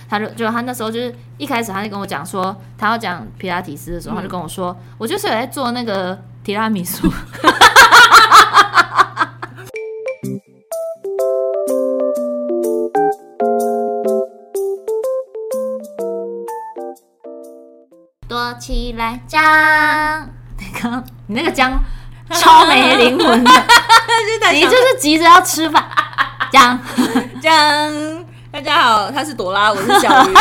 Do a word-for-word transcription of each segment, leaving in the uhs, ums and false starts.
他就就他那时候就是一开始他就跟我讲说，他要讲皮拉提斯的时候，他就跟我说，嗯、我就是有在做那个提拉米苏。躲起来讲，你刚你那个讲超没灵魂的，你就是急着要吃饭。讲讲，大家好，他是朵拉，我是小鱼。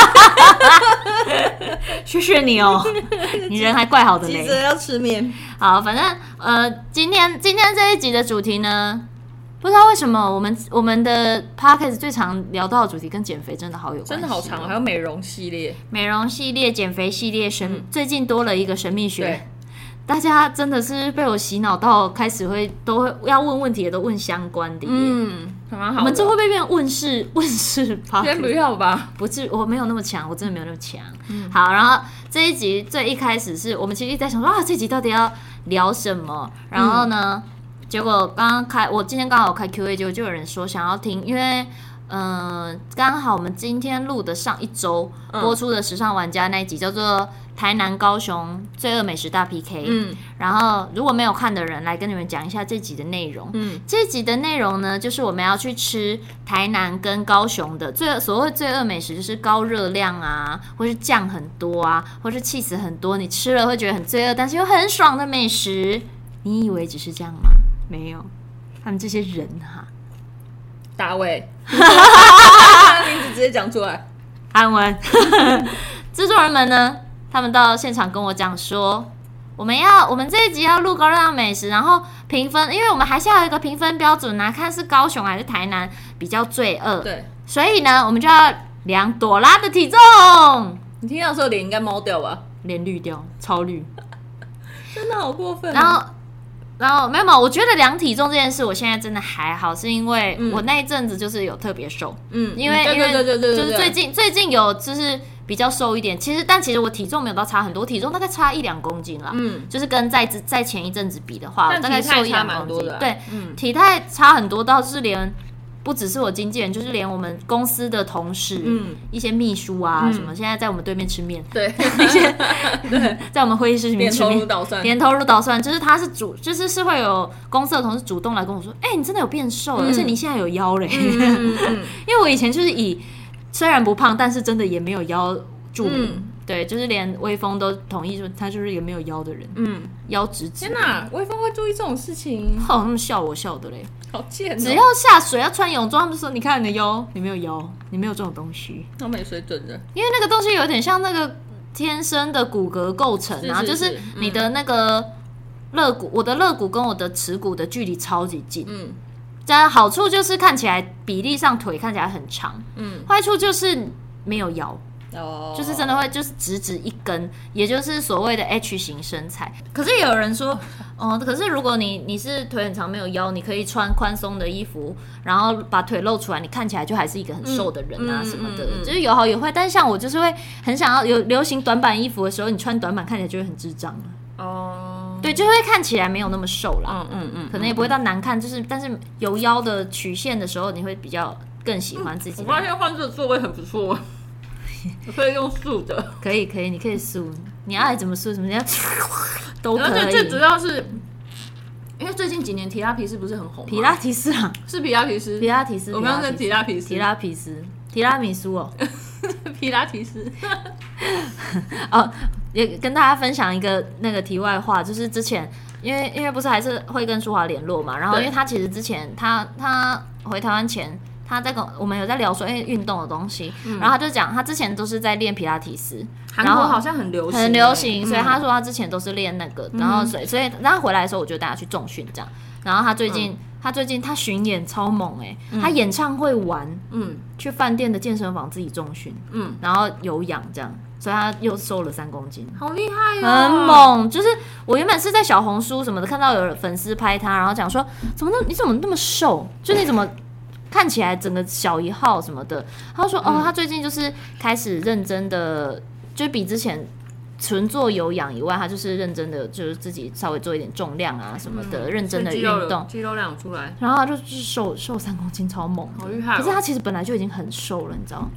谢谢你哦，你人还怪好的嘞。 急着要吃面。 好，反正呃，今天今天这一集的主题呢，不知道为什么我们我们的 podcast 最常聊到的主题跟减肥真的好有关系， 真的好长，还有美容系列、 美容系列、减肥系列，神、嗯、最近多了一个神秘学。 对， 大家真的是被我洗脑到，开始会都会要问问题，也都问相关的耶。 嗯，蛮好的。 我们这会不会变成问世问世 podcast？ 先不要吧， 不是，我没有那么强，我真的没有那么强。嗯、好，然后这一集最一开始是我们其实一直在想说啊，这集到底要聊什么？然后呢，嗯、结果刚刚开，我今天刚好开 Q A， 结果就有人说想要听，因为。嗯，刚好我们今天录的上一周播出的《时尚玩家》那一集叫做台南高雄罪恶美食大 P K。嗯，然后如果没有看的人，来跟你们讲一下这集的内容。嗯，这集的内容呢，就是我们要去吃台南跟高雄的罪恶，所谓罪恶美食，就是高热量啊，或是酱很多啊，或是气死很多，你吃了会觉得很罪恶，但是又很爽的美食。你以为只是这样吗？没有，他们这些人哈。 大卫，名字直接讲出来。 韩文，制作人们呢？他们到现场跟我讲说，我们要我们这一集要录高热量美食，然后评分，因为我们还是要有一个评分标准啊，看是高雄还是台南比较罪恶。对，所以呢，我们就要量朵拉的体重。 你听到的时候脸应该猫掉吧？ 脸绿掉，超绿， 真的好过分、啊。 然后。然后没有没有，我觉得量体重这件事，我现在真的还好，是因为我那一阵子就是有特别瘦，嗯，因为因为就是最近最近有就是比较瘦一点，其实但其实我体重没有到差很多，体重大概差一两公斤啦，嗯，就是跟在在前一阵子比的话，我大概瘦一两公斤，对，嗯，体态差很多，到是连。不只是我经纪人，就是连我们公司的同事，嗯，一些秘书啊、嗯、什么，现在在我们对面吃面， 对， 一些对，在我们会议室里面吃面， 点头如捣蒜， 点头如捣蒜，就是他是主，就是是会有公司的同事主动来跟我说，哎、欸，你真的有变瘦了，嗯、而且你现在有腰嘞，嗯嗯嗯、因为我以前就是以虽然不胖，但是真的也没有腰著名。嗯对，就是连微风都同意说他就是一个没有腰的人，嗯，腰直直。 天哪，微风会注意这种事情？ 哦，他们笑我笑的嘞， 好贱、哦！ 只要下水要穿泳装，他们说你看你的腰，你没有腰，你没有这种东西， 他没水准的。 因为那个东西有点像那个天生的骨骼构成啊，是是是就是你的那个肋骨，嗯、我的肋骨跟我的耻骨的距离超级近，嗯，但好处就是看起来比例上腿看起来很长，嗯，坏处就是没有腰。哦、就是真的会就是直直一根，也就是所谓的 H 型身材。可是也有人说，哦、呃，可是如果你你是腿很长没有腰，你可以穿宽松的衣服，然后把腿露出来，你看起来就还是一个很瘦的人啊什么的，嗯嗯嗯嗯、就是有好有坏。但是像我就是会很想要有流行短版衣服的时候，你穿短版看起来就会很智障哦，对，就会看起来没有那么瘦啦，嗯嗯嗯，可能也不会到难看，就是但是有腰的曲线的时候，你会比较更喜欢自己。 嗯、我发现换这个座位很不错。我可以用素的， 可以可以，你可以素，你爱怎么素怎么样都可以。 而且最主要是，因为最近几年提拉皮斯不是很红吗？ 皮拉提斯啊， 是皮拉提斯， 皮拉提斯， 我刚刚在提拉皮斯， 提拉皮斯，提拉米苏哦， 皮拉提斯。 哦，也跟大家分享一个那个题外话，就是之前因为因为不是还是会跟舒华联络嘛，然后因为他其实之前他他回台湾前。他在跟我们有在聊说，哎，运动的东西，嗯、然后他就讲，他之前都是在练皮拉提斯， 韩国好像很流行， 很流行，嗯、所以他说他之前都是练那个，嗯、然后所以所以他回来的时候，我就带他去重训这样，然后他最近、嗯、他最近他巡演超猛哎、欸，嗯、他演唱会完，嗯，去饭店的健身房自己重训，嗯，然后有氧这样。所以他又瘦了三公斤， 好厉害哦，很猛。就是我原本是在小红书什么的看到有粉丝拍他，然后讲说，怎么那你怎么那么瘦？就你怎么？看起来整个小一号什么的，他说哦，他最近就是开始认真的，就比之前纯做有氧以外，他就是认真的，就是自己稍微做一点重量啊什么的，嗯、认真的运动， 肌肉量出来， 然后他就是瘦瘦三公斤，超猛， 好厉害、哦。 可是他其实本来就已经很瘦了，你知道？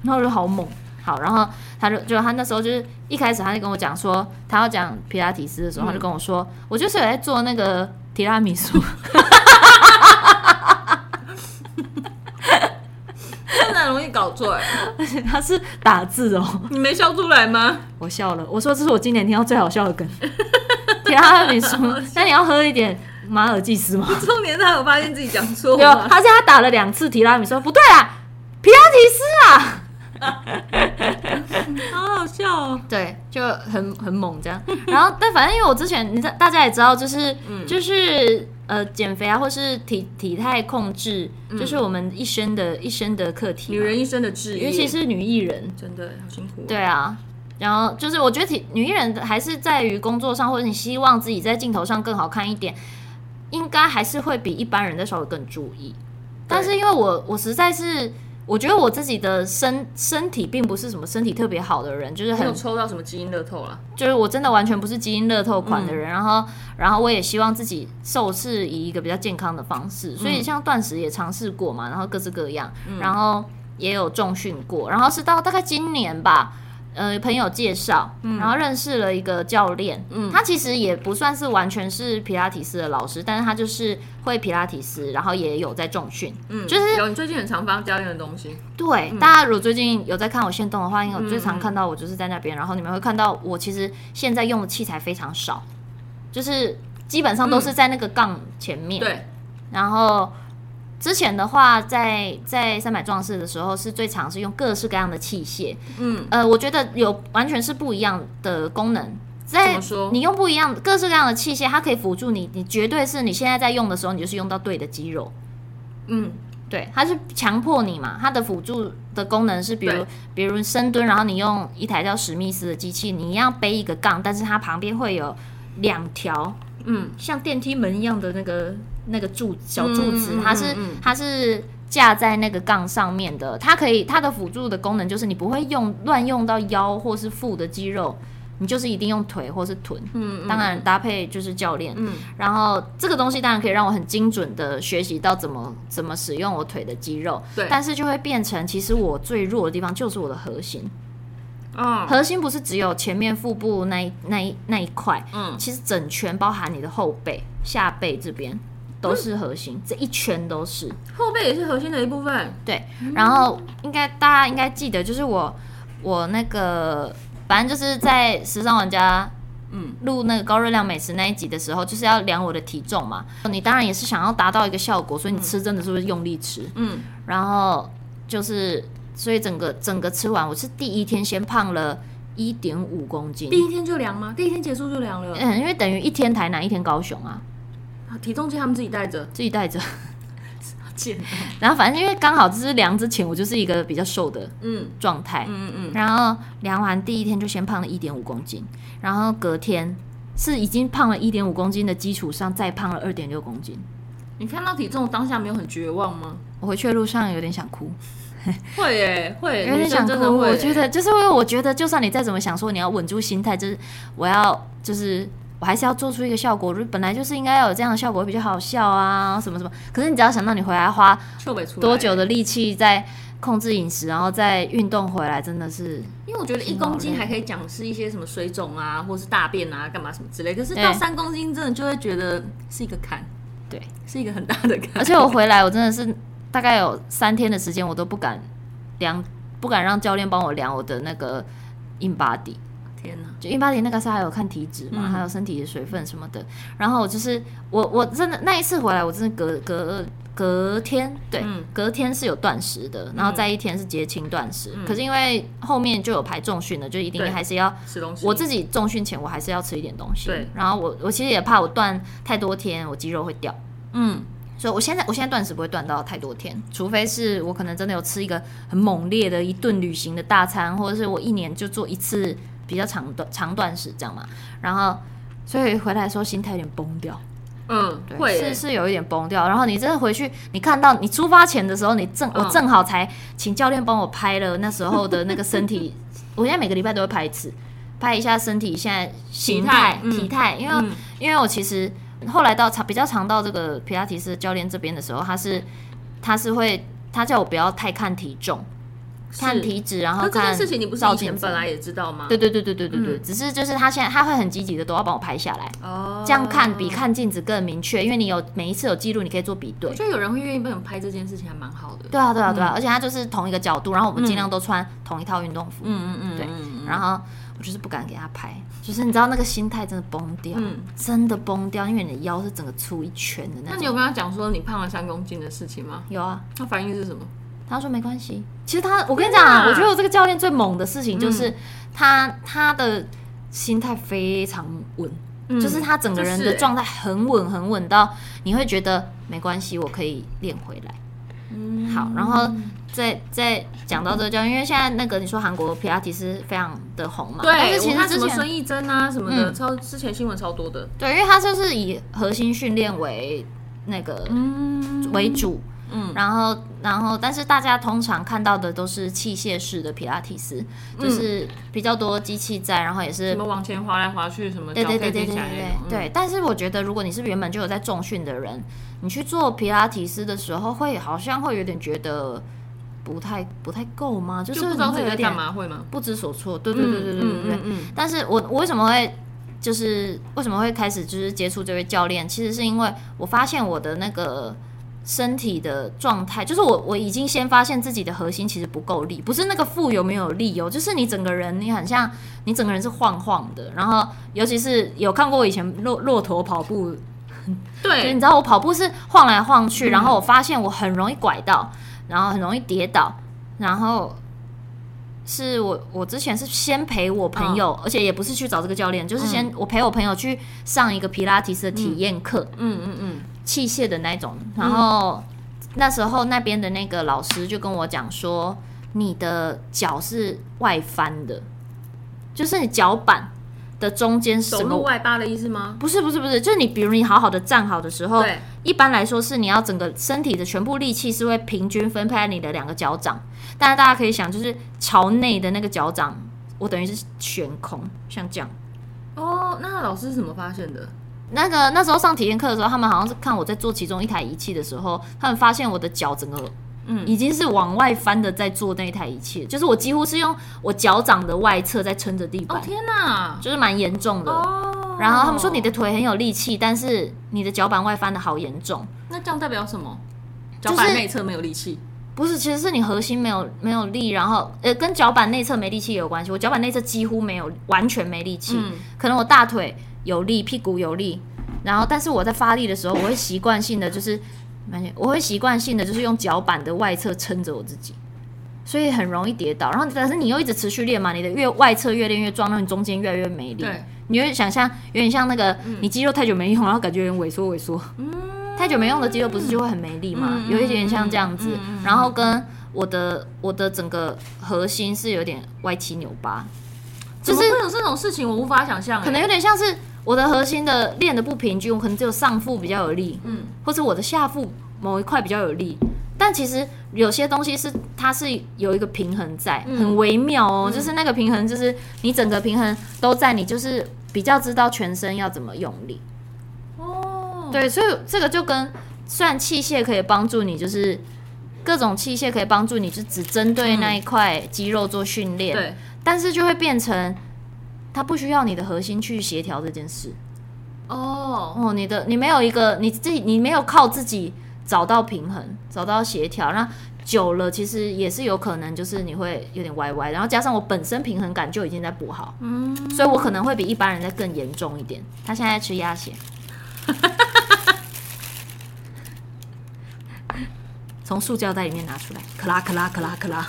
然后我就好猛。好，然后他就就他那时候就是一开始他就跟我讲说，他要讲皮拉提斯的时候，嗯、他就跟我说，我就是有在做那个提拉米苏。 真的很容易搞错哎， 而且他是打字哦。 你没笑出来吗？ 我笑了，我说这是我今年听到最好笑的梗。提拉米苏，那你要喝一点马尔济斯吗？ 重点他有发现自己讲错吗？有，他现在打了两次提拉米苏，不对啊，皮拉提斯啊。 好好笑哦， 对，就很很猛这样。然后，但反正因为我之前，你大家也知道，就是、嗯、就是呃减肥啊，或是体体态控制、嗯，就是我们一生的一生的课题， 女人一生的志业， 尤其是女艺人， 真的好辛苦、哦。 对啊，然后就是我觉得体女艺人还是在于工作上，或者你希望自己在镜头上更好看一点，应该还是会比一般人再稍微更注意。但是因为我我实在是。我觉得我自己的身身体并不是什么身体特别好的人，就是很没有抽到什么基因乐透啦， 就是我真的完全不是基因乐透款的人、嗯。然后，然后我也希望自己瘦是以一个比较健康的方式，所以像断食也尝试过嘛，然后各式各样，嗯、然后也有重训过，然后是到大概今年吧。呃，朋友介绍、嗯，然后认识了一个教练、嗯，他其实也不算是完全是皮拉提斯的老师，但是他就是会皮拉提斯，然后也有在重训，嗯，就是有你最近很常帮教练的东西， 对、嗯，大家如果最近有在看我限动的话，因为我最常看到我就是在那边、嗯，然后你们会看到我其实现在用的器材非常少，就是基本上都是在那个杠前面， 嗯、对， 然后。之前的话在，在在三百壮士的时候，是最常是用各式各样的器械。嗯，呃，我觉得有完全是不一样的功能。在你用不一样各式各样的器械，它可以辅助你，你绝对是你现在在用的时候，你就是用到对的肌肉。嗯，对，它是强迫你嘛。它的辅助的功能是，比如比如深蹲，然后你用一台叫史密斯的机器，你一样背一个杠，但是它旁边会有两条，嗯，像电梯门一样的那个。那个柱小柱子，它是它是架在那个杠上面的，它可以它的辅助的功能就是你不会用乱用到腰或是腹的肌肉，你就是一定用腿或是臀，嗯，当然搭配就是教练，嗯，然后这个东西当然可以让我很精准的学习到怎么怎么使用我腿的肌肉，对，但是就会变成其实我最弱的地方就是我的核心。嗯、核心不是只有前面腹部那一那一那一块，嗯，其实整圈包含你的后背、下背这边。都是核心、嗯，这一圈都是后背也是核心的一部分。 对，然后应该大家应该记得，就是我我那个反正就是在时尚玩家嗯录那个高热量美食那一集的时候，就是要量我的体重嘛。你当然也是想要达到一个效果，所以你吃真的是不是用力吃？嗯，然后就是所以整个整个吃完，我是第一天先胖了一点五公斤。 第一天就量吗？第一天结束就量了？ 嗯，因为等于一天台南一天高雄啊。 体重计他们自己带着， 自己带着，然后反正因为刚好就是量之前我就是一个比较瘦的状态，嗯嗯嗯，然后量完第一天就先胖了一点五公斤，然后隔天是已经胖了一点五公斤的基础上再胖了二点六公斤。 你看到体重当下没有很绝望吗？ 我回去的路上有点想哭。 会耶，会有点想哭。我觉得就是因为我觉得，就算你再怎么想说你要稳住心态，就是我要就是。我还是要做出一个效果，本来就是应该要有这样的效果会比较好笑啊，什么什么。可是你只要想到你回来花多久的力气在控制饮食，然后再运动回来，真的是。 因为我觉得一公斤还可以讲是一些什么水肿啊，或是大便啊，干嘛什么之类。可是到三公斤，真的就会觉得是一个坎， 对， 是一个很大的坎。 而且我回来，我真的是大概有三天的时间，我都不敢量，不敢让教练帮我量我的那个 InBody。 天哪！ 就InBody那个是还有看体脂嘛、嗯，还有身体的水分什么的。然后就是我我真的那一次回来，我真的隔隔隔天对、嗯，隔天是有断食的，然后再一天是节轻断食、嗯。可是因为后面就有排重训了，就一定还是要吃东西。 我自己重训前我还是要吃一点东西。对。然后我我其实也怕我断太多天，我肌肉会掉。嗯。所以我现在我现在断食不会断到太多天，除非是我可能真的有吃一个很猛烈的一顿旅行的大餐，或者是我一年就做一次。比较长的长断食这样嘛，然后所以回来的时候心态有点崩掉， 嗯， 对， 会是是有一点崩掉。然后你真的回去，你看到你出发前的时候，你正、嗯、我正好才请教练帮我拍了那时候的那个身体，我现在每个礼拜都会拍一次，拍一下身体现在形态体态、嗯，因为、嗯、因为我其实后来到比较常到这个皮拉提斯教练这边的时候，他是他是会他叫我不要太看体重。 看体脂，然后看这件事情你不是以前本来也知道吗？ 对对对对对对对、嗯，只是就是他现在他会很积极的都要帮我拍下来，哦，这样看比看镜子更明确，因为你有每一次有记录，你可以做比对。 我觉得有人会愿意帮你拍这件事情还蛮好的。 对啊对啊对啊，嗯、而且他就是同一个角度，然后我们尽量都穿同一套运动服，嗯嗯嗯，对，然后我就是不敢给他拍，就是你知道那个心态真的崩掉，嗯，真的崩掉，因为你的腰是整个粗一圈的那种。 那你有跟他讲说你胖了三公斤的事情吗？ 有啊， 他反应是什么？ 他说没关系。其实他，我跟你讲、啊，我觉得我这个教练最猛的事情就是他、嗯、他的心态非常稳、嗯，就是他整个人的状态很稳很稳到你会觉得没关系，我可以练回来。嗯，好，然后再再讲到这个教练，因为现在那个你说韩国皮拉提斯非常的红嘛， 对， 但是其实之前什么孙艺珍啊什么的，嗯、超之前新闻超多的。 对，因为他就是以核心训练为那个、嗯、为主。嗯，然后，然后，但是大家通常看到的都是器械式的皮拉提斯，嗯、就是比较多机器在，然后也是什么往前滑来滑去，什么对对对对对对对、嗯、对。但是我觉得，如果你是原本就有在重训的人，你去做皮拉提斯的时候，会好像会有点觉得不太不太够吗？就是不知道自己在干嘛，会吗？ 不知所措。对对对对对对对。嗯嗯嗯、但是我我为什么会就是为什么会开始就是接触这位教练？其实是因为我发现我的那个。身体的状态，就是我我已经先发现自己的核心其实不够力，不是那个腹有没有力哦，就是你整个人你很像你整个人是晃晃的，然后尤其是有看过我以前骆骆驼跑步， 对， 你知道我跑步是晃来晃去，嗯、然后我发现我很容易拐到，然后很容易跌倒，然后是我我之前是先陪我朋友，哦、而且也不是去找这个教练，就是先我陪我朋友去上一个皮拉提斯的体验课，嗯嗯嗯。嗯器械的那种，然后、嗯、那时候那边的那个老师就跟我讲说，你的脚是外翻的，就是你脚板的中间是走路外八的意思吗？ 不是不是不是，就是你比如你好好的站好的时候，一般来说是你要整个身体的全部力气是会平均分配在你的两个脚掌，但是大家可以想，就是朝内的那个脚掌，我等于是悬空，像这样。 哦，那老师是怎么发现的？ 那个那时候上体验课的时候，他们好像是看我在做其中一台仪器的时候，他们发现我的脚整个，嗯，已经是往外翻的在做那一台仪器，就是我几乎是用我脚掌的外侧在撑着地板。 哦天哪， 就是蛮严重的。哦，然后他们说你的腿很有力气，但是你的脚板外翻的好严重。 那这样代表什么？脚板内侧没有力气？就是不是，其实是你核心没有没有力，然后呃跟脚板内侧没力气也有关系。我脚板内侧几乎没有，完全没力气，嗯、可能我大腿有力，屁股有力，然后但是我在发力的时候，我会习惯性的就是，我会习惯性的就是用脚板的外侧撑着我自己，所以很容易跌倒。然后但是你又一直持续练嘛，你的越外侧越练越壮，然后你中间越来越没力。对，你会想象有点像那个、嗯、你肌肉太久没用，然后感觉有点萎缩萎缩。嗯。太久没用的肌肉不是就会很没力吗？嗯、有一点像这样子，嗯嗯、然后跟我的我的整个核心是有点歪七扭八， 就是会有这种事情，我无法想象、欸。 可能有点像是我的核心的练的不平均，我可能只有上腹比较有力，嗯，或者我的下腹某一块比较有力，但其实有些东西是它是有一个平衡在，嗯、很微妙哦，嗯、就是那个平衡，就是你整个平衡都在，你就是比较知道全身要怎么用力。对，所以这个就跟虽然器械可以帮助你，就是各种器械可以帮助你，就只针对那一块肌肉做训练，对、嗯，但是就会变成它不需要你的核心去协调这件事。哦哦，你的你没有一个你自己，你没有靠自己找到平衡，找到协调，那久了其实也是有可能就是你会有点歪歪，然后加上我本身平衡感就已经在不好，嗯，所以我可能会比一般人再更严重一点。他现在在吃鸭血。从塑胶袋里面拿出来，克拉克拉克拉克拉。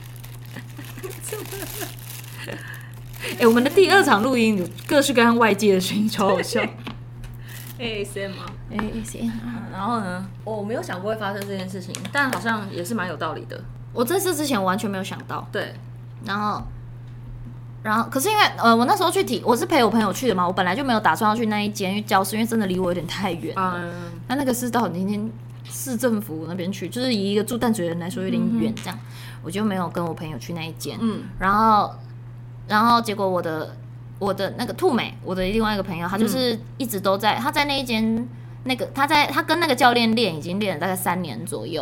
哎、欸，我们的第二场录音有各式各样外界的声音，超好笑。 A S M 吗 ？A S M。 然后呢？我没有想过会发生这件事情，但好像也是蛮有道理的。 我这次之前完全没有想到。 对。 然后，然后，可是因为呃，我那时候去体，我是陪我朋友去的嘛，我本来就没有打算要去那一间教室，因为真的离我有点太远了。嗯。那那个是到今天。市政府那边去，就是以一个住淡水人来说有点远，这样、嗯、我就没有跟我朋友去那一间。嗯，然后，然后结果我的我的那个兔美，我的另外一个朋友，他就是一直都在，他在那一间那个他在他跟那个教练练，已经练了大概三年左右。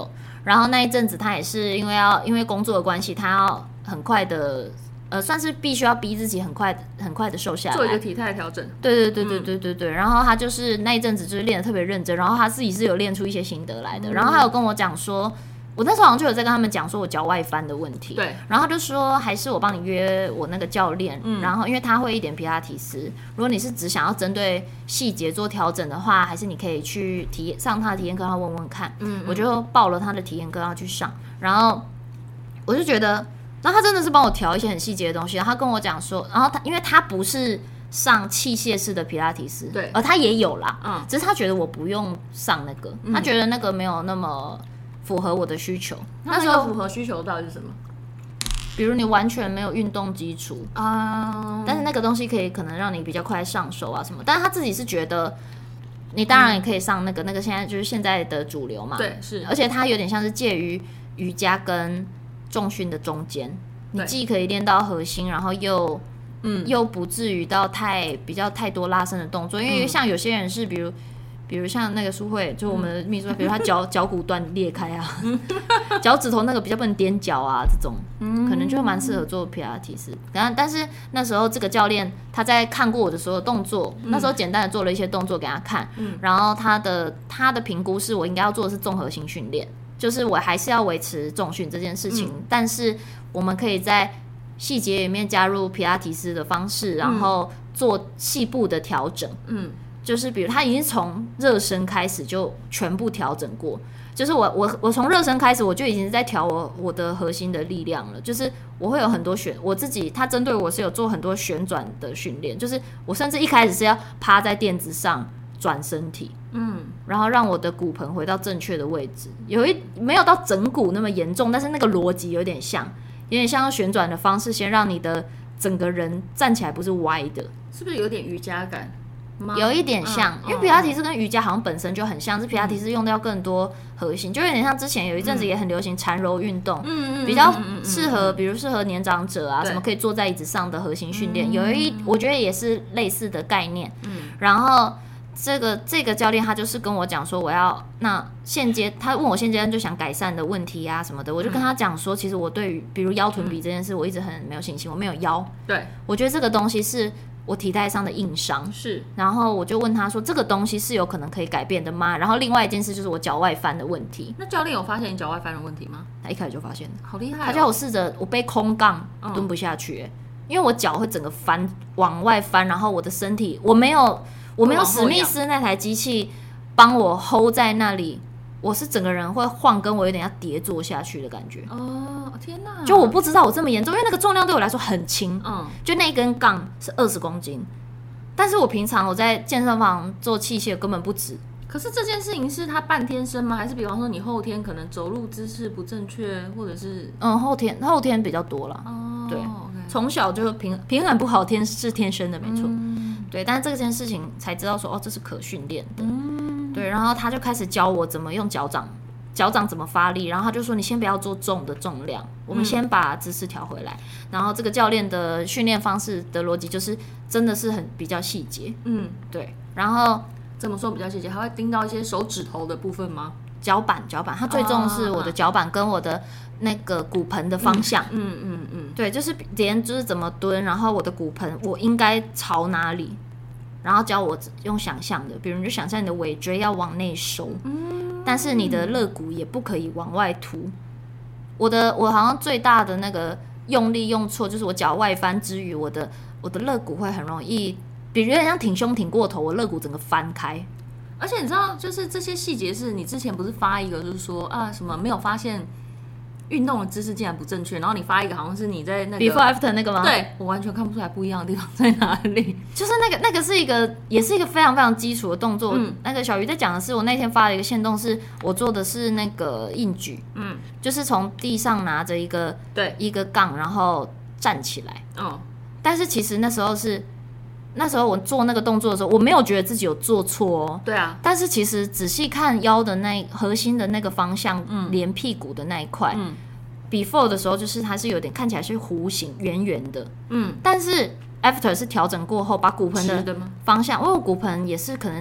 然后那一阵子他也是因为要因为工作的关系，他要很快的。呃，算是必须要逼自己很快很快的瘦下来， 做一个体态调整。 对对对对对对对、嗯。然后他就是那一阵子就是练得特别认真，然后他自己是有练出一些心得来的。嗯、然后他有跟我讲说，我那时候好像就有在跟他们讲说我脚外翻的问题。 对。 然后他就说，还是我帮你约我那个教练、嗯，然后因为他会一点皮拉提斯，如果你是只想要针对细节做调整的话，还是你可以去体验上他的体验课，他问问看。嗯, 嗯。我就报了他的体验课要去上，然后我就觉得。然后他真的是帮我调一些很细节的东西，然后他跟我讲说，然后他因为他不是上器械式的皮拉提斯， 对， 而他也有啦， 嗯， 只是他觉得我不用上那个，嗯、他觉得那个没有那么符合我的需求。 那时候符合需求到底是什么？ 比如你完全没有运动基础啊、嗯，但是那个东西可以可能让你比较快上手啊什么，但是他自己是觉得。你当然也可以上那个，嗯、那个现在就是现在的主流嘛， 对，是， 而且它有点像是介于瑜伽跟重训的中间，你既可以练到核心，然后又嗯又不至于到太比较太多拉伸的动作，因为像有些人是比如比如像那个苏慧，就我们的秘书，嗯、比如他脚脚骨断裂开啊，脚趾头那个比较不能踮脚啊，这种、嗯、可能就蛮适合做皮拉提斯。然后但是那时候这个教练他在看过我的所有动作，嗯、那时候简单的做了一些动作给他看，嗯、然后他的他的评估是我应该要做的是综合性训练。就是我还是要维持重训这件事情、嗯，但是我们可以在细节里面加入皮拉提斯的方式，然后做细部的调整。嗯，就是比如他已经从热身开始就全部调整过，就是我我我从热身开始我就已经在调我我的核心的力量了，就是我会有很多旋我自己，他针对我是有做很多旋转的训练，就是我甚至一开始是要趴在垫子上转身体。嗯，然后让我的骨盆回到正确的位置，有一没有到整骨那么严重，但是那个逻辑有点像，有点像用旋转的方式，先让你的整个人站起来不是歪的， 是不是有点瑜伽感？ 有一点像，嗯、因为皮拉提斯跟瑜伽好像本身就很像，是皮拉提斯用到更多核心，就有点像之前有一阵子也很流行缠柔运动，嗯、比较适合，比如适合年长者啊，什么可以坐在椅子上的核心训练，有一我觉得也是类似的概念，嗯、然后。这个这个教练他就是跟我讲说，我要那现阶他问我现阶段就想改善的问题啊什么的，我就跟他讲说，其实我对于比如腰臀比这件事，我一直很没有信心，我没有腰。 对， 我觉得这个东西是我体态上的硬伤。 是， 然后我就问他说，这个东西是有可能可以改变的吗？然后另外一件事就是我脚外翻的问题。 那教练有发现你脚外翻的问题吗？ 他一开始就发现了， 好厉害、哦！ 他叫我试着我背空杠蹲不下去、欸嗯，因为我脚会整个翻往外翻，然后我的身体我没有。我没有史密斯那台机器帮我 hold 在那里，我是整个人会晃，跟我有点要跌坐下去的感觉。 哦，天哪！ 就我不知道我这么严重，因为那个重量对我来说很轻，嗯，就那一根杠是二十公斤，但是我平常我在健身房做器械根本不止。 可是这件事情是他半天生吗？还是比方说你后天可能走路姿势不正确，或者是嗯后天后天比较多了。哦，对，从、okay. 小就平平衡不好，天是天生的，没错。嗯对，但是这件事情才知道说，哦，这是可训练的、嗯。对，然后他就开始教我怎么用脚掌，脚掌怎么发力，然后他就说，你先不要做重的重量，我们先把姿势调回来。嗯、然后这个教练的训练方式的逻辑就是真的是很比较细节。嗯，对。然后怎么说比较细节？还会盯到一些手指头的部分吗？ 脚板，脚板，它最重是我的脚板跟我的那个骨盆的方向。嗯嗯 嗯, 嗯，对，就是连就是怎么蹲，然后我的骨盆我应该朝哪里。然后教我用想象的，比如你就想象你的尾椎要往内收、嗯，但是你的肋骨也不可以往外凸。我的我好像最大的那个用力用错，就是我脚外翻之余，我的我的肋骨会很容易，比如有点像挺胸挺过头，我肋骨整个翻开。 而且你知道，就是这些细节是你之前不是发一个，就是说啊什么没有发现。运动的姿势竟然不正确，然后你发一个好像是你在那个 before after 那个吗？ 对，我完全看不出来不一样的地方在哪里。 就是那个那个是一个也是一个非常非常基础的动作。嗯，那个小鱼在讲的是我那天发了一个限动，是我做的是那个硬举，嗯，就是从地上拿着一个对一个杠，然后站起来。嗯，但是其实那时候是。那时候我做那个动作的时候，我没有觉得自己有做错哦。 对啊， 但是其实仔细看腰的那核心的那个方向，嗯，连屁股的那一块，嗯 ，before 的时候就是它是有点看起来是弧形圆圆的，嗯，但是 after 是调整过后，把骨盆的方向，因为我骨盆也是可能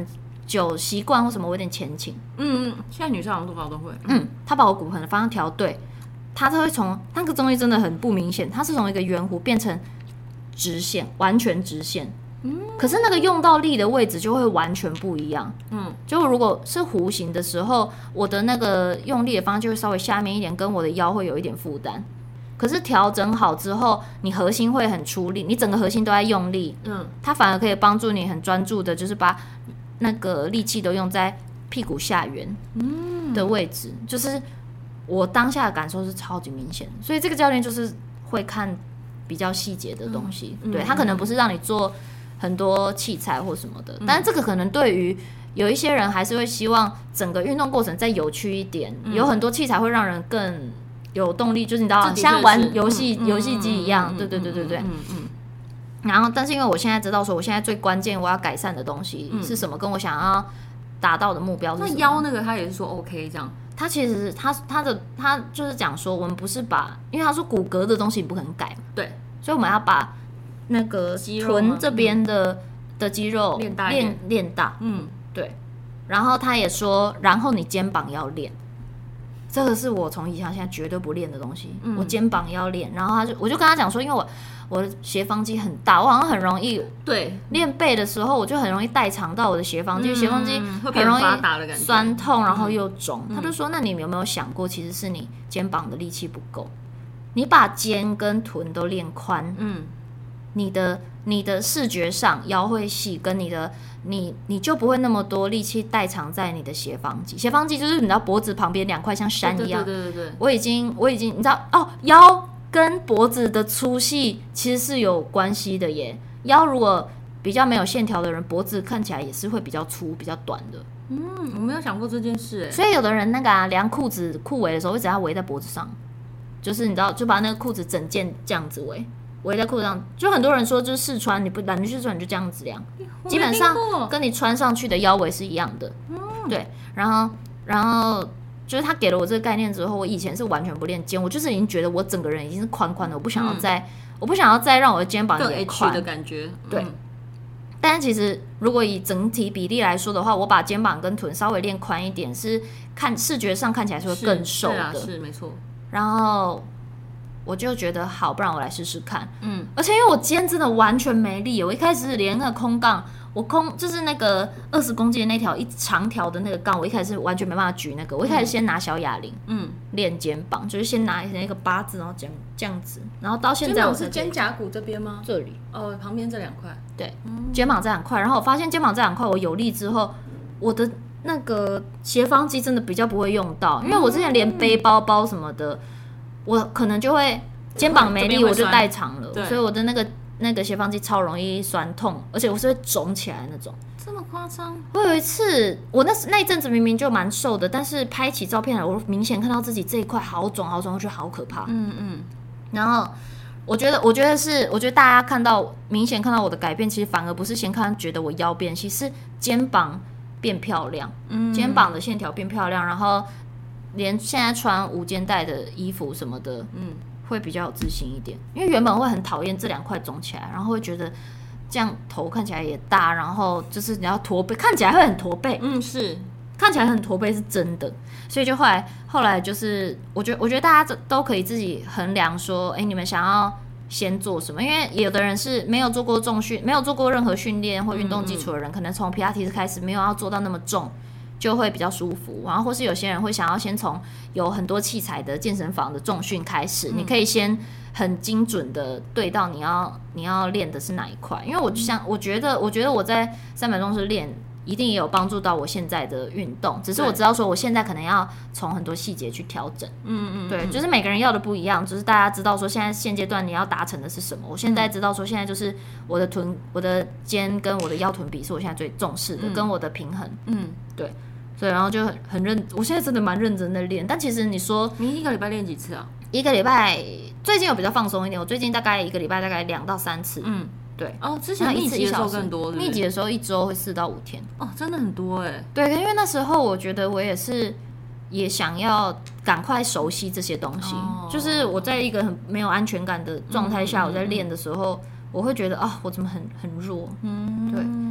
酒习惯或什么，我有点前倾。 嗯嗯，现在女生好像多少都会。 嗯，他把我骨盆的方向调对，他就会从那个东西真的很不明显，它是从一个圆弧变成直线，完全直线。嗯，可是那个用到力的位置就会完全不一样。嗯，就如果是弧形的时候，我的那个用力的方向就会稍微下面一点，跟我的腰会有一点负担。可是调整好之后，你核心会很出力，你整个核心都在用力。嗯，它反而可以帮助你很专注的，就是把那个力气都用在屁股下缘的位置。嗯，就是我当下的感受是超级明显，所以这个教练就是会看比较细节的东西。嗯，对，他可能不是让你做很多器材或什么的，嗯，但是这个可能对于有一些人还是会希望整个运动过程再有趣一点。嗯，有很多器材会让人更有动力，就是你知道像玩游戏游戏机一样。对对对对对。嗯嗯。然后，但是因为我现在知道说，我现在最关键我要改善的东西是什么，跟我想要达到的目标是什么。 那腰那个他也是说 OK 这样。 他其实他他的他就是讲说，我们不是把，因为他说骨骼的东西你不可能改， 对， 所以我们要把那个臀这边的、嗯、的肌肉练大练练大，嗯，对。然后他也说，然后你肩膀要练，这个是我从以前到现在绝对不练的东西。嗯，我肩膀要练，然后他就我就跟他讲说，因为我我的斜方肌很大，我好像很容易对练背的时候，我就很容易代偿到我的斜方肌，嗯、斜方肌很容易酸痛，然后又肿。嗯、他就说，那你有没有想过，其实是你肩膀的力气不够，你把肩跟臀都练宽，嗯，你的你的视觉上腰会细，跟你的你你就不会那么多力气代偿在你的斜方肌。斜方肌就是你知道脖子旁边两块像山一样， 对对对对对。 我已经我已经你知道哦，腰跟脖子的粗细其实是有关系的耶。腰如果比较没有线条的人，脖子看起来也是会比较粗、比较短的。 嗯，我没有想过这件事。 所以有的人那个啊，量裤子裤围的时候，会只要围在脖子上，就是你知道，就把那个裤子整件这样子围，围在裤子上。就很多人说，就是试穿，你不懒得去穿，你就这样子量，基本上跟你穿上去的腰围是一样的。嗯，对。然后，然后。就是他给了我这个概念之后，我以前是完全不练肩，我就是已经觉得我整个人已经是宽宽的，我不想要再，嗯、我不想要再让我的肩膀也宽的感觉。 对，嗯、但是其实如果以整体比例来说的话，我把肩膀跟臀稍微练宽一点，是看视觉上看起来是会更瘦的， 是, 是没错。 然后我就觉得好，不然我来试试看。嗯，而且因为我肩真的完全没力，我一开始连那个空杠。我空就是那个二十公斤的那条一长条的那个杠，我一开始完全没办法举那个。我一开始先拿小哑铃，嗯，练肩膀，就是先拿那个八字，然后这样这样子，然后到现在我是肩胛骨这边吗？ 这里哦，旁边这两块。 对，嗯、肩膀这两块，然后我发现肩膀这两块我有力之后，我的那个斜方肌真的比较不会用到，因为我之前连背包包什么的，我可能就会肩膀没力，我就代偿了，所以我的那个。那个斜方肌超容易酸痛，而且我是会肿起来那种。 这么夸张？ 我有一次，我那那一阵子明明就蛮瘦的，但是拍起照片来，我明显看到自己这一块好肿好肿，我觉得好可怕。嗯嗯。然后我觉得，我觉得是，我觉得大家看到明显看到我的改变，其实反而不是先看觉得我腰变细，是肩膀变漂亮，嗯，肩膀的线条变漂亮，然后连现在穿无肩带的衣服什么的，嗯。会比较有自信一点，因为原本会很讨厌这两块肿起来，然后会觉得这样头看起来也大，然后就是你要驼背，看起来会很驼背。 嗯，是看起来很驼背是真的，所以就后来后来就是我觉得我觉得大家都可以自己衡量说，哎，你们想要先做什么？因为有的人是没有做过重训，没有做过任何训练或运动基础的人，嗯嗯可能从皮拉提斯开始没有要做到那么重。就会比较舒服，然后或是有些人会想要先从有很多器材的健身房的重训开始，嗯、你可以先很精准的对到你要你要练的是哪一块，因为我就想我觉得我觉得我在三百公尺练一定也有帮助到我现在的运动，只是我知道说我现在可能要从很多细节去调整，嗯嗯，对，就是每个人要的不一样，就是大家知道说现在现阶段你要达成的是什么，我现在知道说现在就是我的臀、我的肩跟我的腰臀比是我现在最重视的，嗯、跟我的平衡，嗯，对。对，然后就很很认，我现在真的蛮认真的练。但其实你说， 你一个礼拜练几次啊？ 一个礼拜，最近有比较放松一点。我最近大概一个礼拜大概两到三次。嗯，对。 哦，之前密集的时候更多， 密集的时候一周会四到五天。 哦，真的很多哎、欸。 对，因为那时候我觉得我也是也想要赶快熟悉这些东西，哦、就是我在一个很没有安全感的状态下，嗯、我在练的时候，我会觉得啊、哦，我怎么很很弱？嗯，对。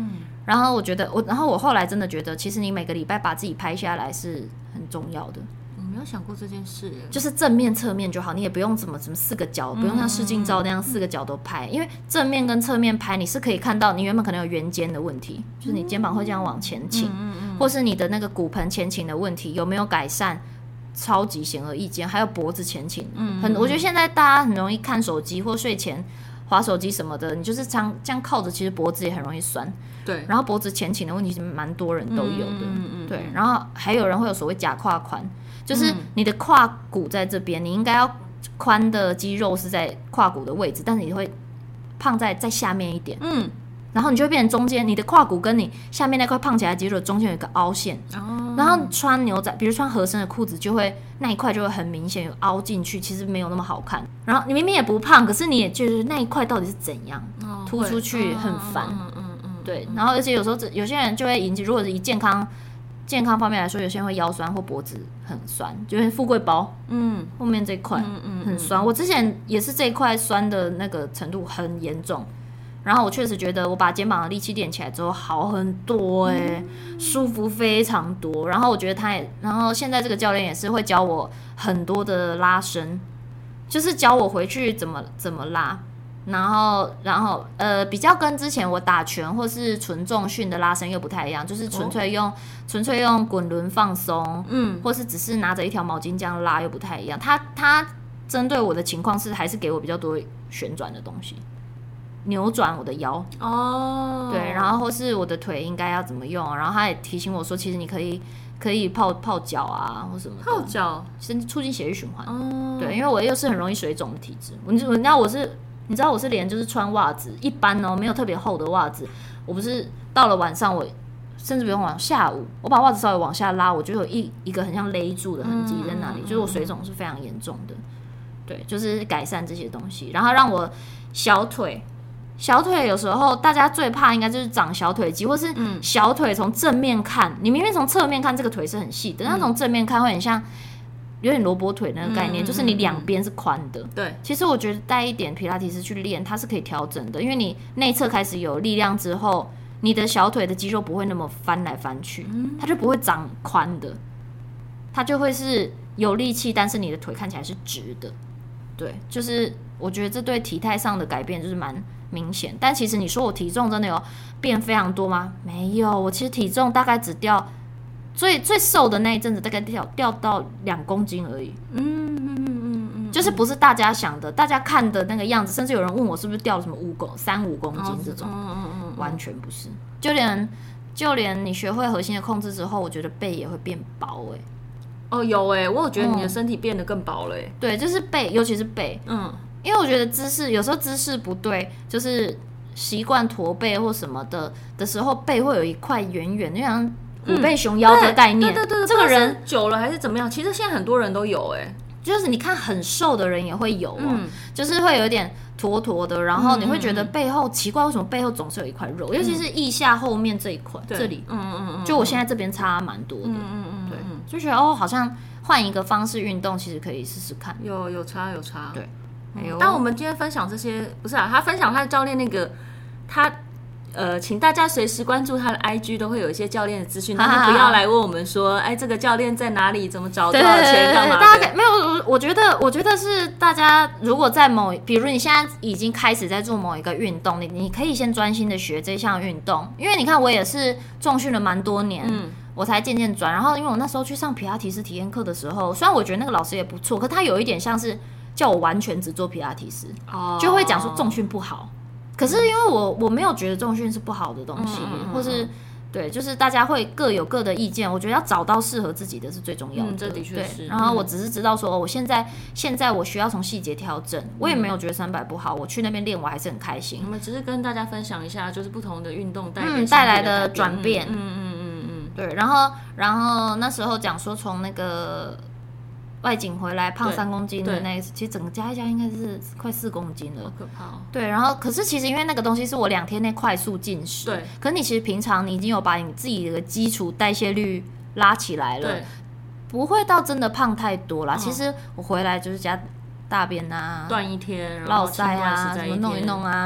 然后我觉得我，然后我后来真的觉得，其实你每个礼拜把自己拍下来是很重要的。 我没有想过这件事， 就是正面侧面就好，你也不用怎么怎么四个角，不用像试镜照那样四个角都拍，因为正面跟侧面拍，你是可以看到你原本可能有圆肩的问题，就是你肩膀会这样往前倾，或是你的那个骨盆前倾的问题有没有改善，超级显而易见。还有脖子前倾，很我觉得现在大家很容易看手机或睡前滑手机什么的，你就是这样这样靠着，其实脖子也很容易酸。 对， 然后脖子前倾的问题是蛮多人都有的，嗯嗯对。然后还有人会有所谓假胯宽，就是你的胯骨在这边，你应该要宽的肌肉是在胯骨的位置，但是你会胖在在下面一点，嗯。然后你就会变成中间，你的胯骨跟你下面那块胖起来的肌肉中间有一个凹陷，哦。然后穿牛仔，比如穿合身的裤子，就会那一块就会很明显有凹进去，其实没有那么好看。然后你明明也不胖，可是你也觉得那一块到底是怎样，哦，凸出去很烦。嗯嗯嗯对，然后而且有时候有些人就会引起，如果是以健康健康方面来说，有些人会腰酸或脖子很酸，就是富贵包，嗯，后面这一块很酸。嗯嗯嗯、我之前也是这一块酸的那个程度很严重，然后我确实觉得我把肩膀的力气练起来之后好很多、欸，哎、嗯，舒服非常多。然后我觉得他也，然后现在这个教练也是会教我很多的拉伸，就是教我回去怎么怎么拉。然后，然后，呃，比较跟之前我打拳或是纯重训的拉伸又不太一样，就是纯粹用、哦、纯粹用滚轮放松，嗯，或是只是拿着一条毛巾这样拉又不太一样。他他针对我的情况是还是给我比较多旋转的东西，扭转我的腰哦，对，然后或是我的腿应该要怎么用，然后他也提醒我说，其实你可以可以泡泡脚啊或什么的， 泡脚， 先促进血液循环。哦，对，因为我又是很容易水肿的体质，我你知道我是。你知道我是连就是穿袜子一般哦，没有特别厚的袜子，我不是到了晚上我甚至不用往下午，我把袜子稍微往下拉，我就有一一个很像勒住的痕迹在那里，嗯、就是我水肿是非常严重的。对，就是改善这些东西，然后让我小腿小腿有时候大家最怕应该就是长小腿肌，或是小腿从正面看，你明明从侧面看这个腿是很细的，但从正面看会很像。有点萝卜腿那个概念，嗯、就是你两边是宽的。对，其实我觉得带一点皮拉提斯去练，它是可以调整的，因为你内侧开始有力量之后，你的小腿的肌肉不会那么翻来翻去，嗯、它就不会长宽的，它就会是有力气，但是你的腿看起来是直的。对，就是我觉得这对体态上的改变就是蛮明显。但其实你说我体重真的有变非常多吗？没有，我其实体重大概只掉。最最瘦的那一阵子大概掉掉到两公斤而已，嗯嗯嗯嗯，就是不是大家想的，大家看的那个样子，甚至有人问我是不是掉了什么五公三五公斤这种，嗯嗯嗯，完全不是，就连就连你学会核心的控制之后，我觉得背也会变薄哎、欸， 哦有哎、欸，我有觉得你的身体变得更薄了哎、欸嗯， 对，就是背，尤其是背，嗯，因为我觉得姿势有时候姿势不对，就是习惯驼背或什么的的时候，背会有一块圆圆，就像。虎背熊腰的概念， 对对 对, 对，这个人久了还是怎么样？其实现在很多人都有哎、欸， 就是你看很瘦的人也会有哦，嗯、就是会有点驼驼的，然后你会觉得背后、嗯、奇怪，为什么背后总是有一块肉，嗯、尤其是腋下后面这一块，这里，嗯嗯嗯，就我现在这边差蛮多的，嗯嗯嗯，对，就觉得哦，好像换一个方式运动，其实可以试试看， 有有差有差， 对， 哎呦，但我们今天分享这些，不是啊，他分享他的教练那个他。呃，请大家随时关注他的 I G， 都会有一些教练的资讯，但是不要来问我们说，哎，这个教练在哪里，怎么找，多少钱，干嘛的？ 大家没有，我觉得，我觉得是大家如果在某，比如你现在已经开始在做某一个运动，你你可以先专心的学这项运动，因为你看我也是重训了蛮多年，嗯，我才渐渐转。然后因为我那时候去上皮拉提斯体验课的时候，虽然我觉得那个老师也不错，可他有一点像是叫我完全只做皮拉提斯，哦，就会讲说重训不好。可是因为我我没有觉得重训是不好的东西，嗯嗯嗯、或是对，就是大家会各有各的意见。我觉得要找到适合自己的是最重要的，嗯、 这的确是。 然后我只是知道说，哦、我现在现在我需要从细节调整，我也没有觉得三百不好，我去那边练我还是很开心。 我们只是跟大家分享一下，就是不同的运动带嗯带来的转变， 嗯嗯嗯嗯嗯， 对。然后然后那时候讲说从那个。外景回来胖三公斤的那一次，其实整个加一加应该是快四公斤了， 好可怕哦。 对，然后可是其实因为那个东西是我两天内快速进食，对。可是你其实平常你已经有把你自己的基础代谢率拉起来了，对，不会到真的胖太多啦。嗯、其实我回来就是加大便啊， 断一天， 落腮啊，什么弄一弄啊。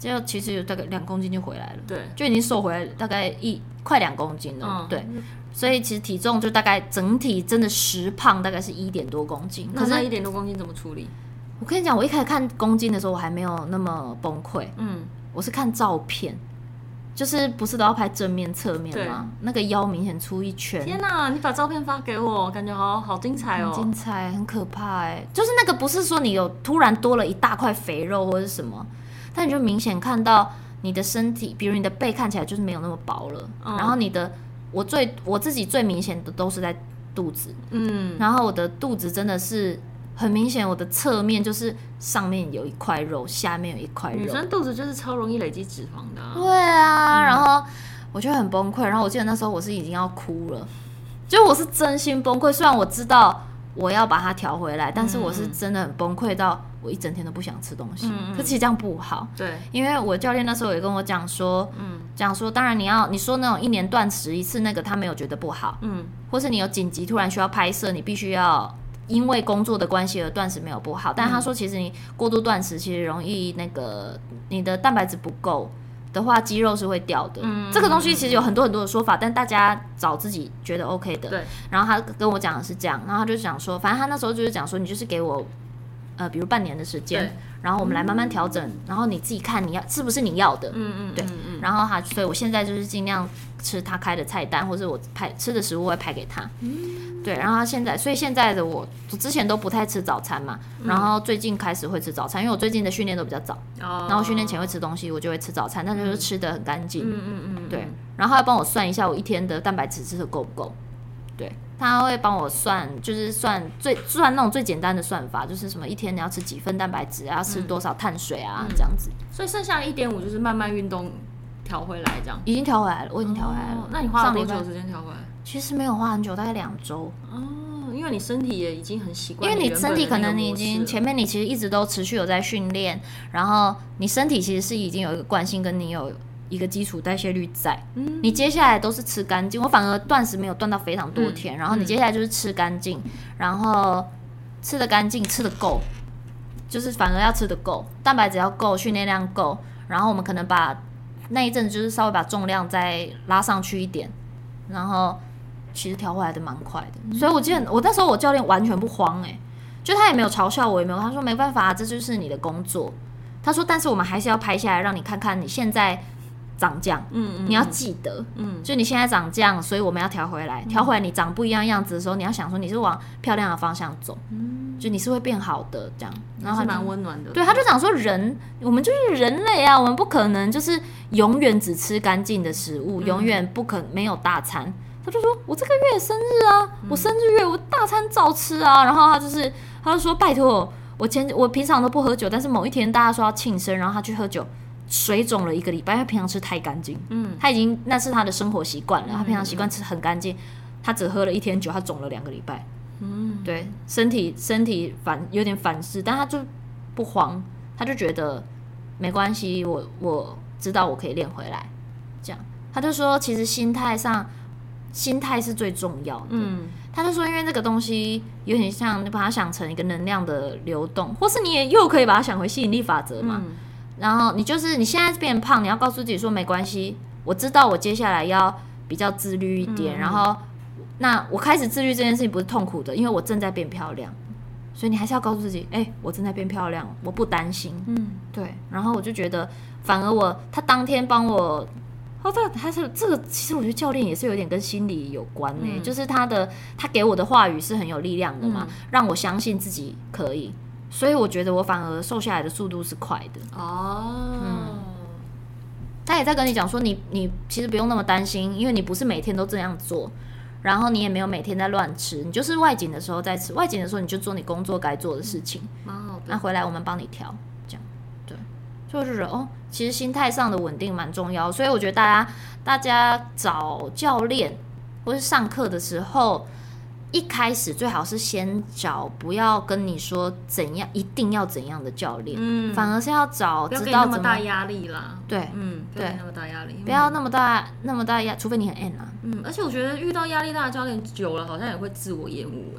结果其实有大概两公斤就回来了， 对， 就已经瘦回来大概一快两公斤了，嗯、对。所以其实体重就大概整体真的实胖，大概是一点多公斤。 可是一点多公斤怎么处理？ 我跟你讲，我一开始看公斤的时候，我还没有那么崩溃。嗯，我是看照片，就是不是都要拍正面、侧面吗？那个腰明显出一圈。 天哪，你把照片发给我，感觉好好精彩哦， 很精彩，很可怕哎。就是那个不是说你有突然多了一大块肥肉或者什么，但你就明显看到你的身体，比如你的背看起来就是没有那么薄了，嗯、然后你的。我最我自己最明显的都是在肚子，嗯，然后我的肚子真的是很明显，我的侧面就是上面有一块肉，下面有一块肉。 女生肚子就是超容易累积脂肪的、啊。 对啊，嗯、然后我就很崩溃，然后我记得那时候我是已经要哭了，就我是真心崩溃。虽然我知道我要把它调回来，但是我是真的很崩溃到我一整天都不想吃东西。嗯、可其实这样不好， 对， 因为我教练那时候也跟我讲说，嗯。讲说，当然你要你说那种一年断食一次那个他没有觉得不好，嗯，或是你有紧急突然需要拍摄，你必须要因为工作的关系而断食没有不好，但他说其实你过度断食其实容易那个你的蛋白质不够的话，肌肉是会掉的。嗯，这个东西其实有很多很多的说法，但大家找自己觉得 OK 的。 对。 然后他跟我讲的是这样，然后他就讲说，反正他那时候就是讲说，你就是给我呃，比如半年的时间。然后我们来慢慢调整，嗯、然后你自己看你要是不是你要的，嗯嗯，对。嗯、然后他，所以我现在就是尽量吃他开的菜单，或者我拍吃的食物会拍给他，嗯，对。然后他现在，所以现在的我，我之前都不太吃早餐嘛，嗯、然后最近开始会吃早餐，因为我最近的训练都比较早，哦、然后训练前会吃东西，我就会吃早餐，但就是吃的很干净，嗯嗯嗯，对。然后他要帮我算一下我一天的蛋白质吃的够不够，对。他会帮我算，就是算最算那种最简单的算法，就是什么一天你要吃几份蛋白质，要吃多少碳水啊，嗯、这样子。 所以剩下的一点五就是慢慢运动调回来，这样。 已经调回来了，我已经调回来了。哦、 那你花了多久时间调回来？ 其实没有花很久，大概两周。 哦，因为你身体也已经很习惯， 因为你身体可能你已经前面你其实一直都持续有在训练，然后你身体其实是已经有一个惯性，跟你有一个基础代谢率在，嗯、你接下来都是吃干净。我反而断食没有断到非常多天，嗯、然后你接下来就是吃干净，嗯、然后吃得干净，吃得够，就是反而要吃得够，蛋白质要够，训练量够，然后我们可能把那一阵子就是稍微把重量再拉上去一点，然后其实调回来的蛮快的。嗯、所以我记得我那时候我教练完全不慌哎、欸，就他也没有嘲笑我，也没有他说没办法，这就是你的工作。他说，但是我们还是要拍下来，让你看看你现在。长这样，嗯嗯，你要记得，嗯，就你现在长这样，所以我们要调回来，调、嗯、回来你长不一样样子的时候，你要想说你是往漂亮的方向走，嗯，就你是会变好的这样， 然后还蛮温暖的。 对，他就讲说人，我们就是人类啊，我们不可能就是永远只吃干净的食物，嗯、永远不可没有大餐。他就说我这个月生日啊，嗯、我生日月我大餐照吃啊，然后他就是他就说拜托我前我平常都不喝酒，但是某一天大家说要庆生，然后他去喝酒。水肿了一个礼拜，因为平常吃太干净，嗯，他已经那是他的生活习惯了，嗯、他平常习惯吃很干净，他只喝了一天酒，他肿了两个礼拜，嗯，对，身体身体反有点反噬，但他就不慌，他就觉得没关系，我我知道我可以练回来，这样，他就说其实心态上，心态是最重要的，嗯，他就说因为这个东西有点像你把它想成一个能量的流动，或是你也又可以把它想回吸引力法则嘛。嗯，然后你就是你现在变胖，你要告诉自己说没关系，我知道我接下来要比较自律一点，嗯、然后那我开始自律这件事情不是痛苦的，因为我正在变漂亮，所以你还是要告诉自己，哎、欸，我正在变漂亮，我不担心，嗯，对。然后我就觉得，反而我他当天帮我，哦，他他是这个，其实我觉得教练也是有点跟心理有关呢、欸，嗯、就是他的他给我的话语是很有力量的嘛，嗯、让我相信自己可以。所以我觉得我反而瘦下来的速度是快的哦。嗯，他也在跟你讲说你，你你其实不用那么担心，因为你不是每天都这样做，然后你也没有每天在乱吃，你就是外景的时候在吃，外景的时候你就做你工作该做的事情，蛮好的。那回来我们帮你调，这样对。所以我就觉得哦，其实心态上的稳定蛮重要，所以我觉得大家大家找教练或是上课的时候。一开始最好是先找不要跟你说怎样一定要怎样的教练，嗯，反而是要找知道怎么，不要给那么大压力啦。 对， 嗯，不要给那么大压力， 不要那么大那么大压，除非你很 N 啊。 嗯，而且我觉得遇到压力大的教练久了，好像也会自我厌恶，哎，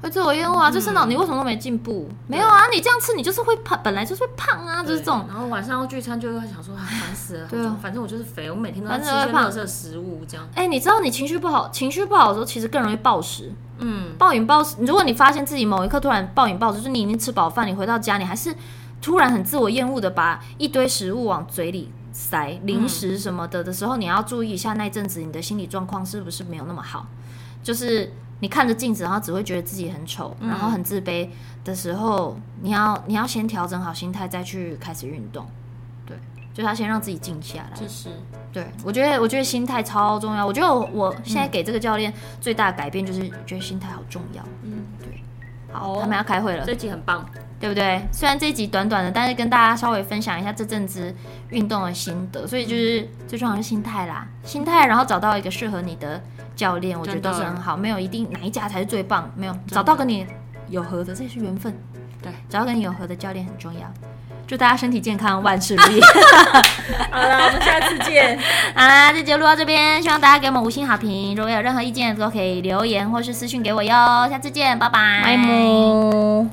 会自我厌恶啊，这生脑你为什么都没进步？没有啊，你这样吃你就是会胖，本来就是会胖啊，就是这种。 然后晚上要聚餐就会想说，烦死了，对啊，反正我就是肥，我每天都在吃一些垃圾食物这样。 哎，你知道你情绪不好，情绪不好的时候其实更容易暴食。嗯，暴饮暴食。如果你发现自己某一刻突然暴饮暴食，就是你已经吃饱饭，你回到家你还是突然很自我厌恶的把一堆食物往嘴里塞，零食什么的的时候，你要注意一下那一阵子你的心理状况是不是没有那么好，就是。你看着镜子，然后只会觉得自己很丑，然后很自卑的时候，你要你要先调整好心态，再去开始运动。对，就是要先让自己静下来。 就是， 对我觉得我觉得心态超重要。我觉得我我现在给这个教练最大的改变就是觉得心态好重要。嗯，对。好，哦、他们要开会了， 这集很棒， 对不对？虽然这集短短的，但是跟大家稍微分享一下这阵子运动的心得。所以就是最重要的是心态啦，心态，然后找到一个适合你的。教练，我觉得都是很好，没有一定哪一家才是最棒，没有找到跟你有合的，这也是缘分。对，找到跟你有合的教练很重要。祝大家身体健康，万事如意。 好了，我们下次见。 好啦，这集就录到这边，希望大家给我们五星好评。如果有任何意见，都可以留言或是私讯给我哟。下次见，拜拜。 拜拜。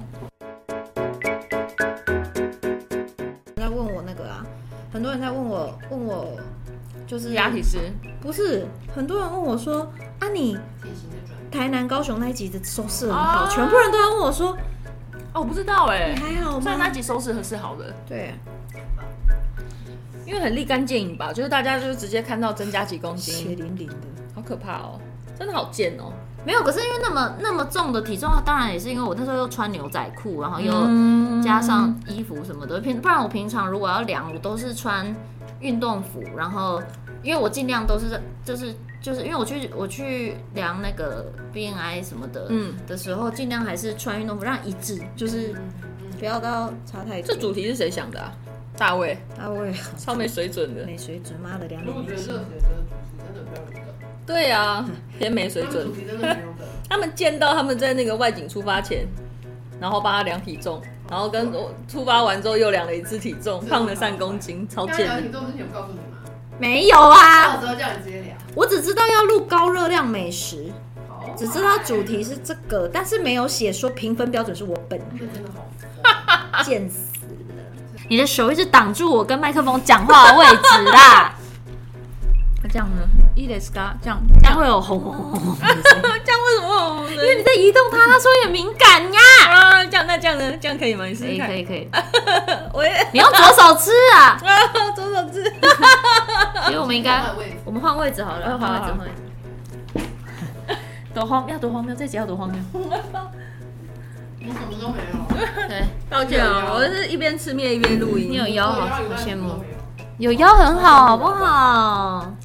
在问我那个啊，很多人在问我，问我。就是牙体师不是很多人问我说啊，你台南高雄那一集的收视很好，啊、全部人都要问我说， 哦，我不知道哎、欸， 你还好吗？ 虽然那集收视是好的， 对， 因为很立竿见影吧，就是大家就直接看到增加几公斤， 血淋淋的， 好可怕哦，真的好贱哦。 没有，可是因为那么那么重的体重，当然也是因为我那时候又穿牛仔裤，然后又加上衣服什么的，平不然我平常如果要量，我都是穿运动服，然后。因为我尽量都是就是就是因为我去我去量那个 B M I 什么的、嗯、的时候，尽量还是穿运动服，让一致，就是不要到差太多。 这主题是谁想的啊？大卫， 大卫超没水准的， 没水准，妈的两点没水。 对啊，偏没水准。他们见到他们在那个外景出发前，然后帮他量体重，然后跟出发完之后又量了一次体重，胖了三公斤，超贱的。 量体重之前有告诉你吗？ 没有啊， 到时候叫你直接聊。 我只知道要录高热量美食，只知道主题是这个，但是没有写说评分标准是我本人。 真的好贱死了！你的手一直挡住我跟麦克风讲话的位置啦。 那这样呢？一雷斯嘎，这样这样会有轰轰轰轰的声音。 这样为什么会轰？ 因为你在移动它，它说有点敏感呀。 啊，这样那这样呢？这样可以吗？你试试看。 可以可以可以。 我也你用左手吃啊？ 左手吃。 其实我们应该，我们换位置好了，换位置换位置。多荒要多荒谬，这集要多荒谬。 我什么都没有。 对， 抱歉啊，我是一边吃面一边录音。 你有腰好羡慕，有腰很好，好不好？